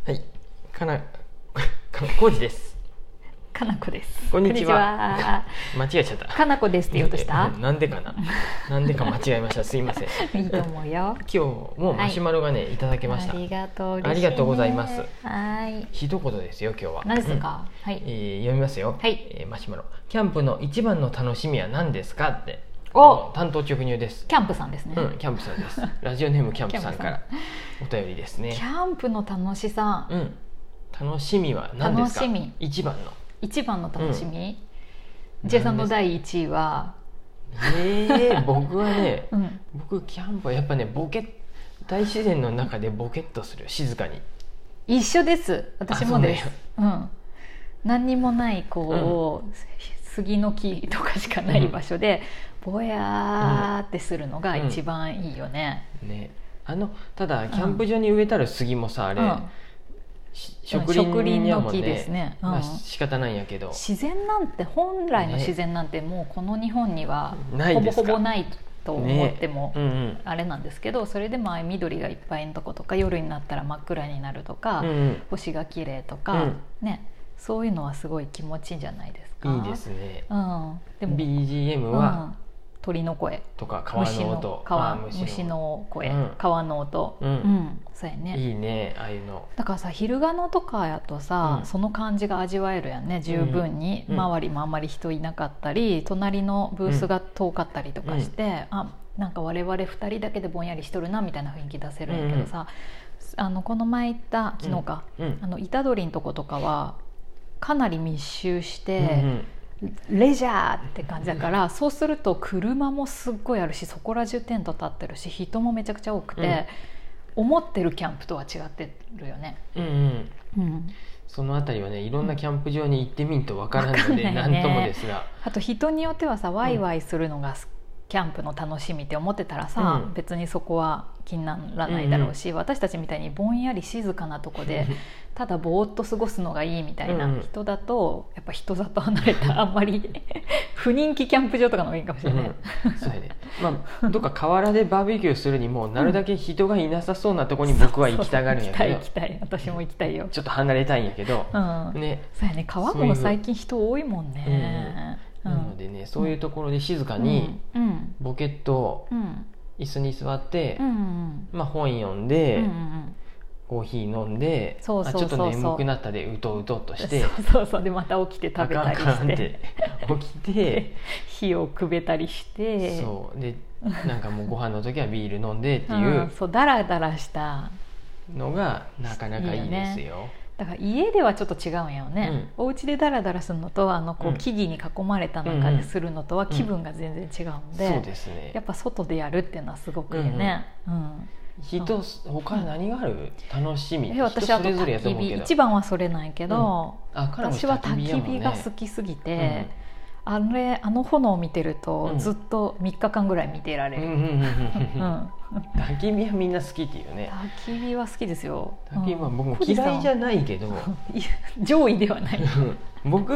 はい、こうじです。 かなこです。 こんにちは。間違えちゃった。 かなこですって言おうとした？ なんでかな。なんでか間違えました。すいません。 いいと思うよ。 今日もマシュマロがね、いただけました。 ありがとう。 ありがとうございます。 はい。 一言ですよ今日は。 何ですか？はい。 読みますよ。 はい。 マシュマロ。キャンプの一番の楽しみは何ですかって。担当直入です。 キャンプさんですね。 キャンプさんです。ラジオネームキャンプさんからお便りですね。 キャンプの楽しさ。 楽しみは何ですか？一番の楽しみ、J さんの第1位は僕はね、僕キャンプはやっぱね大自然の中でボケっとする、静かに。 一緒です。私もです。何にもないこう、杉の木とかしかない場所でぼやーってするのが一番いいよね。 ただキャンプ場に植えたら杉もさ、あれ、植林の木ですね。仕方ないんやけど、 自然なんて、本来の自然なんてもうこの日本にはほぼほぼないと思ってもあれなんですけど、それでも緑がいっぱいのとことか、夜になったら真っ暗になるとか、星が綺麗とかね、そういうのはすごい気持ちいいんじゃないですか。 いいですね。 でも BGM は鳥の声とか川の音、 虫の声、川の音、そうやね。 いいね、ああいうの。 だからさ、昼間のとかやとさ、その感じが味わえるやんね、十分に。周りもあんまり人いなかったり、隣のブースが遠かったりとかして、なんか我々2人だけでぼんやりしとるなみたいな雰囲気出せるんやけどさ、この前行った昨日か、虎杖のとことかはかなり密集して、レジャーって感じだから、そうすると車もすっごいあるし、そこら中テント立ってるし、人もめちゃくちゃ多くて、思ってるキャンプとは違ってるよね。そのあたりはね、いろんなキャンプ場に行ってみんとわからんので何ともですが、 あと人によってはさ、ワイワイするのがキャンプの楽しみって思ってたらさ、別にそこは気にならないだろうし、私たちみたいにぼんやり静かなとこでただぼーっと過ごすのがいいみたいな人だと、やっぱ人里離れたあんまり不人気キャンプ場とかの方がいいかもしれない。 そうやね。どっか河原でバーベキューするにもなるだけ人がいなさそうなとこに僕は行きたがるんやけど、 行きたい、私も行きたいよ。 ちょっと離れたいんやけど、 ね、そうやね。川も最近人多いもんね。 なのでね、そういうところで静かにボケっと椅子に座って、本読んで、コーヒー飲んで、ちょっと眠くなったでうとうとっとして、 でまた起きて食べたりして起きて火をくべたりして、 そうで、なんかもうご飯の時はビール飲んでっていうダラダラしたのがなかなかいいですよ。 だから家ではちょっと違うんやよね。お家でダラダラするのと、木々に囲まれた中でするのとは気分が全然違うんで、 そうですね。 やっぱ外でやるっていうのはすごくいいね。 他何がある？楽しみ。 私は焚き火、一番はそれないけど、私は焚き火が好きすぎて、あの炎を見てるとずっと3日間ぐらい見てられる。 焚き火はみんな好きっていうね。 焚き火は好きですよ。 焚き火は僕も嫌いじゃないけど上位ではない。 僕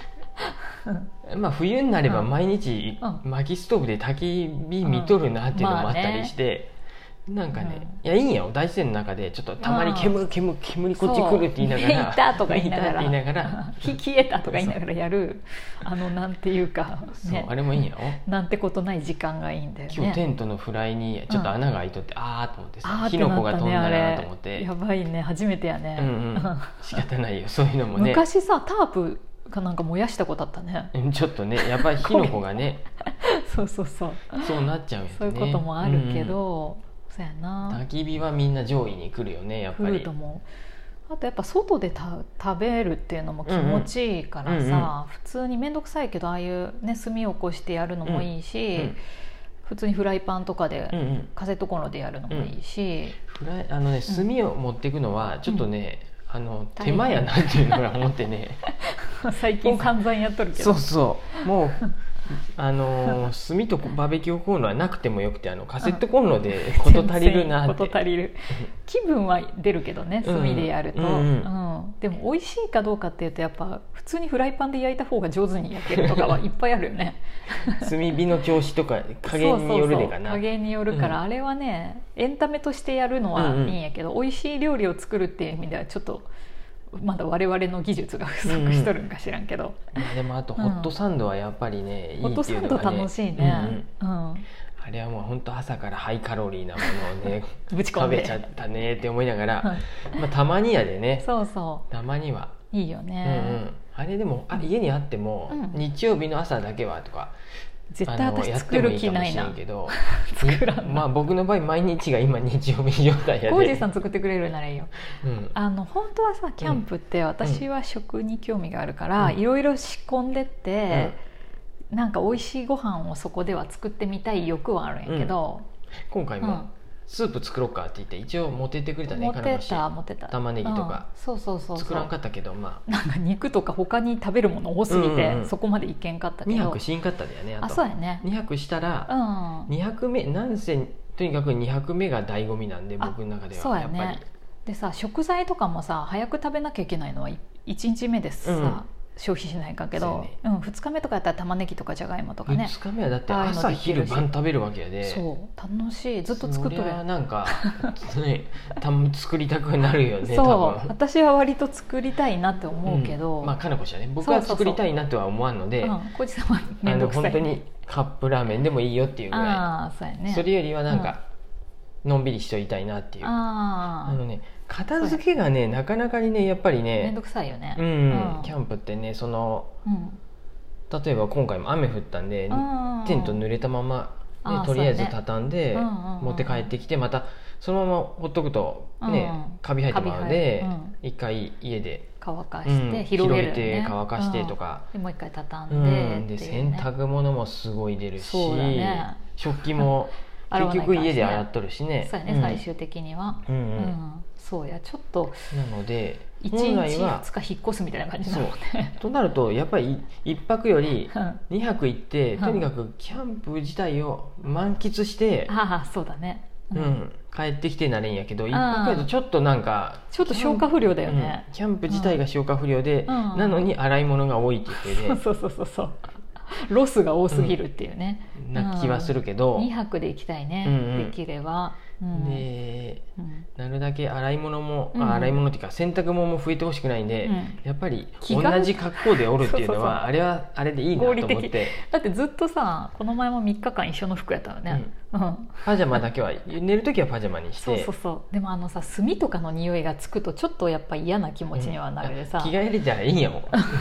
冬になれば毎日薪ストーブで焚き火見とるなっていうのもあったりして、なんかね、いやいいんやよ、大自然の中でちょっとたまに煙こっち来るって言いながら、 いたとか言いながら消えたとか言いながらやる、なんていうかね、 あれもいいんやよ。 なんてことない時間がいいんだよね。 今日テントのフライにちょっと穴が開いとって、あーと思ってさ、火の粉が飛んだなと思って、 やばいね、初めてやね。 仕方ないよ、そういうのもね。 昔さ、タープかなんか燃やしたことあったね。 ちょっとね、やっぱり火の粉がねそうなっちゃうよね。 そういうこともあるけど、そうやな。 焚き火はみんな上位に来るよね、やっぱり。 来ると思う。あとやっぱ外で食べるっていうのも気持ちいいからさ、普通に面倒くさいけど、ああいうね、炭を起こしてやるのもいいし、普通にフライパンとかでカセットコンロでやるのもいいし、 炭を持っていくのはちょっとね、手間やなっていうのが思ってね最近散々やっとるけど、 もう炭とバーベキューコンロはなくてもよくて、カセットコンロで事足りるなって。 事足りる。気分は出るけどね、炭でやると。 でも美味しいかどうかっていうとやっぱ普通にフライパンで焼いた方が上手に焼けるとかはいっぱいあるよね炭火の調子とか加減によるでかな。 加減によるから、あれはねエンタメとしてやるのはいいんやけど、美味しい料理を作るっていう意味ではちょっとまだ我々の技術が不足しとるんか知らんけど、 でもあとホットサンドはやっぱりね、いいっていうのがね、 ホットサンド楽しいね、 あれはもう本当朝からハイカロリーなものをねぶち込んで食べちゃったねって思いながら、たまにやでね、たまにはいいよね、 あれでも家にあっても、日曜日の朝だけはとか絶対私作る気ないな。 作らんな。僕の場合毎日が今日曜日状態やで。 コージーさん作ってくれるならいいよ。本当はさキャンプって私は食に興味があるからいろいろ仕込んでって、なんか美味しいご飯をそこでは作ってみたい欲はあるんやけど、 今回もスープ作ろうかって言って一応持ってってくれたね。 持ってた玉ねぎとか、作らんかったけど、 なんか肉とか他に食べるもの多すぎて、そこまでいけんかったけど 2泊しんかっただよね。 そうやね、 2泊したら、2泊目なんせとにかく2泊目が醍醐味なんで、僕の中ではやっぱり。 でさ、食材とかもさ早く食べなきゃいけないのは1日目ですさ、消費しないかけど、2日目とかやったら玉ねぎとかじゃがいもとかね。 2日目はだって朝昼晩食べるわけやで。 そう楽しい、ずっと作っとる。 なんか作りたくなるよね。 そう私は割と作りたいなって思うけど、 かなこ氏はね、僕は作りたいなとは思わんので、 小路さんは面倒くさい。 本当にカップラーメンでもいいよっていうぐらい。それよりはなんかのんびりしといたいなっていう。片付けがねなかなかにねやっぱりねめんどくさいよね。 キャンプってね、例えば今回も雨降ったんでテント濡れたままとりあえず畳んで持って帰ってきて、またそのままほっとくとねカビ生えてまうので、一回家で乾かして広げて乾かしてとか、 もう一回畳んで、 洗濯物もすごい出るし、食器も結局家で洗っとるしね。 そうやね、最終的には。そうや、ちょっとなので 1日2日引っ越すみたいな感じなのね。 となるとやっぱり1泊より2泊行って、とにかくキャンプ自体を満喫して、 そうだね、 帰ってきてなれんやけど、1泊やとちょっとなんかちょっと消化不良だよね。 キャンプ自体が消化不良で、なのに洗い物が多いって言ってね、 そうロスが多すぎるっていうね、 な気はするけど、 2泊で行きたいね、できれば。 でなるだけ洗い物も洗い物っていうか洗濯物も増えてほしくないんで、やっぱり同じ格好でおるっていうのはあれはあれでいいなと思って。 だってずっとさこの前も3日間一緒の服やったのね。 パジャマだけは寝る時はパジャマにして。 でもさ炭とかの匂いがつくとちょっとやっぱ嫌な気持ちにはなるでさ、 着替えれたらいいんやもん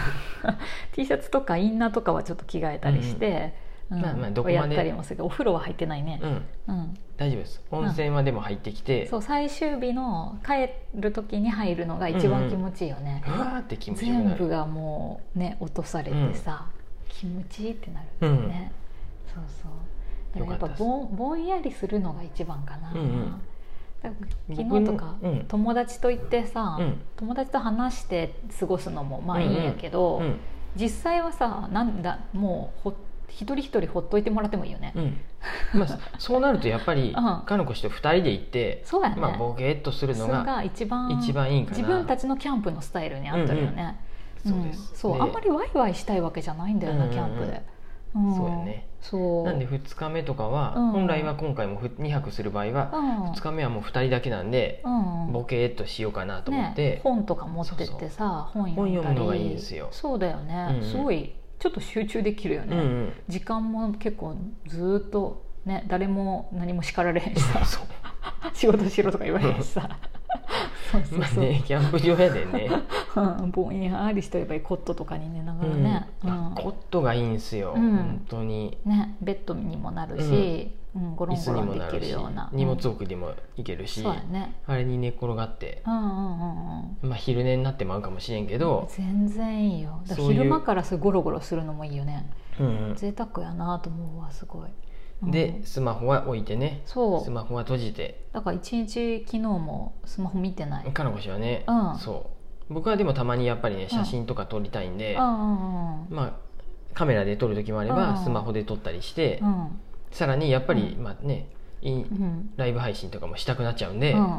T シャツとかインナーとかはちょっと着替えたりして、 どこまでやったりもするけど、お風呂は入ってないね。 大丈夫です。温泉はでも入ってきて、 最終日の帰る時に入るのが一番気持ちいいよね。 うわーって気持ちいいよね。 全部がもうね落とされてさ、気持ちいいってなるんだよね。でもやっぱぼんやりするのが一番かな。昨日とか友達と行ってさ、友達と話して過ごすのもまあいいんやけど、実際はさなんだもう一人一人ほっといてもらってもいいよね。 そうなるとやっぱりかのこ氏と2人で行って、ボケーっとするのが一番いいかな。 自分たちのキャンプのスタイルに合ってるよね。そうあんまりワイワイしたいわけじゃないんだよな、キャンプで。 そうやね。なんで2日目とかは本来は今回も2泊する場合は2日目はもう2人だけなんでボケーっとしようかなと思って、 本とか持ってってさ本読むのがいいんですよ。 そうだよね、すごいちょっと集中できるよね。時間も結構ずっとね、誰も何も叱られへんしさ仕事しろとか言われへんしさキャンプ場やでねぼんやりしとればいい、コットとかに寝ながらね。 コットがいいんすよ、本当にね。 ベッドにもなるし、ゴロンゴロンできるような荷物置きでもいけるし、あれに寝転がって昼寝になってまうかもしれんけど全然いいよ。昼間からゴロゴロするのもいいよね。贅沢やなと思うわ、すごい。 でスマホは置いてね、スマホは閉じて、 だから一日昨日もスマホ見てない。 かのこ氏はね、そう僕はでもたまにやっぱりね写真とか撮りたいんで、カメラで撮る時もあればスマホで撮ったりして、さらにやっぱりライブ配信とかもしたくなっちゃうんで、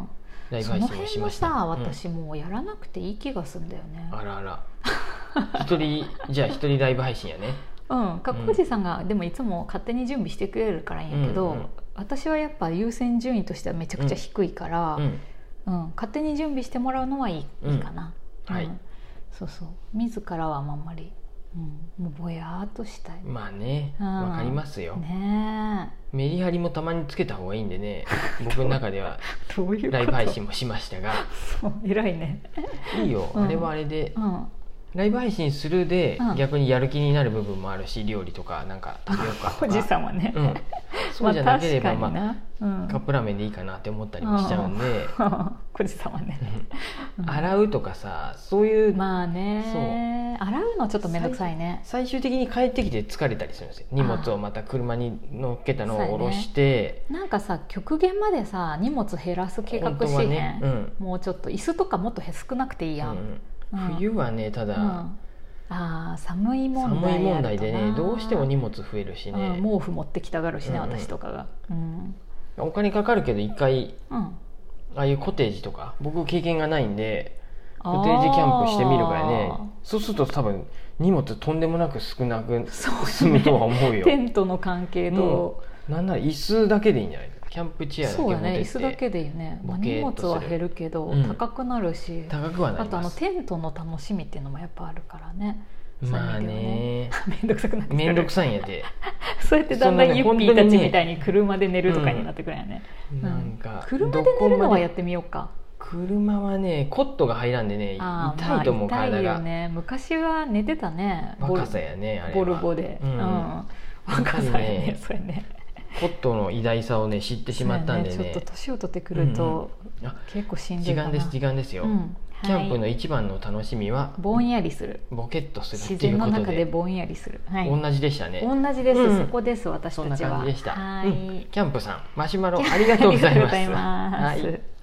ライブ配信をしました。 その辺もさ、私もうやらなくていい気がするんだよね。 あらあらじゃあ一人ライブ配信やね。 浩司さんがでもいつも勝手に準備してくれるからいいんやけど、私はやっぱ優先順位としてはめちゃくちゃ低いから、勝手に準備してもらうのはいいかな。そうそう、自らはあんまり、もうぼやーっとしたい。 まあね、わかりますよ。 ね、 メリハリもたまにつけた方がいいんでね、僕の中ではライブ配信もしましたがそう偉いね。 いいよ、あれはあれで、ライブ配信するで逆にやる気になる部分もあるし、料理とかなんか食べようかとか、 おじさんはね、 そうじゃなければ、カップラーメンでいいかなって思ったりもしちゃうんで、 おじさんはね、 洗うとかさ、そういう、 まあね、洗うのちょっと面倒くさいね。 最終的に帰ってきて疲れたりするんですよ。荷物をまた車に乗っけたのを下ろして、 なんかさ、極限までさ荷物減らす計画してね、もうちょっと椅子とかもっと少なくていいやん。 冬はね、ただ、 寒い問題でね、どうしても荷物増えるしね、 毛布持ってきたがるしね、私とかが、 お金かかるけど一回、ああいうコテージとか、僕経験がないんでコテージキャンプしてみるからね、そうすると多分荷物とんでもなく少なく済むとは思うよ。 テントの関係と、 なんなら椅子だけでいいんじゃない？キャンプチェアだけ持ってって、 椅子だけでいいね。荷物は減るけど、高くなるし、 高くはなります。 あとテントの楽しみっていうのもやっぱあるからね。 まあね、 めんどくさくなってくる。 めんどくさいんやで。 そうやってだんだんユッピーたちみたいに車で寝るとかになってくるよね。なんか車で寝るのはやってみようか。 車はね、コットが入らんでね、痛いと思う、体が。痛いよね。昔は寝てたね。 若さやね、あれは。 ボルボで。若さやね、それね。 コットの偉大さをね知ってしまったんでね、 ちょっと年を取ってくると、結構しんどいかな。 時間ですよ、キャンプの一番の楽しみはぼんやりする、 ボケっとする自然の中でぼんやりする、 同じでしたね。 同じです、そこです。私たちはそんな感じでした。キャンプさんマシュマロありがとうございます。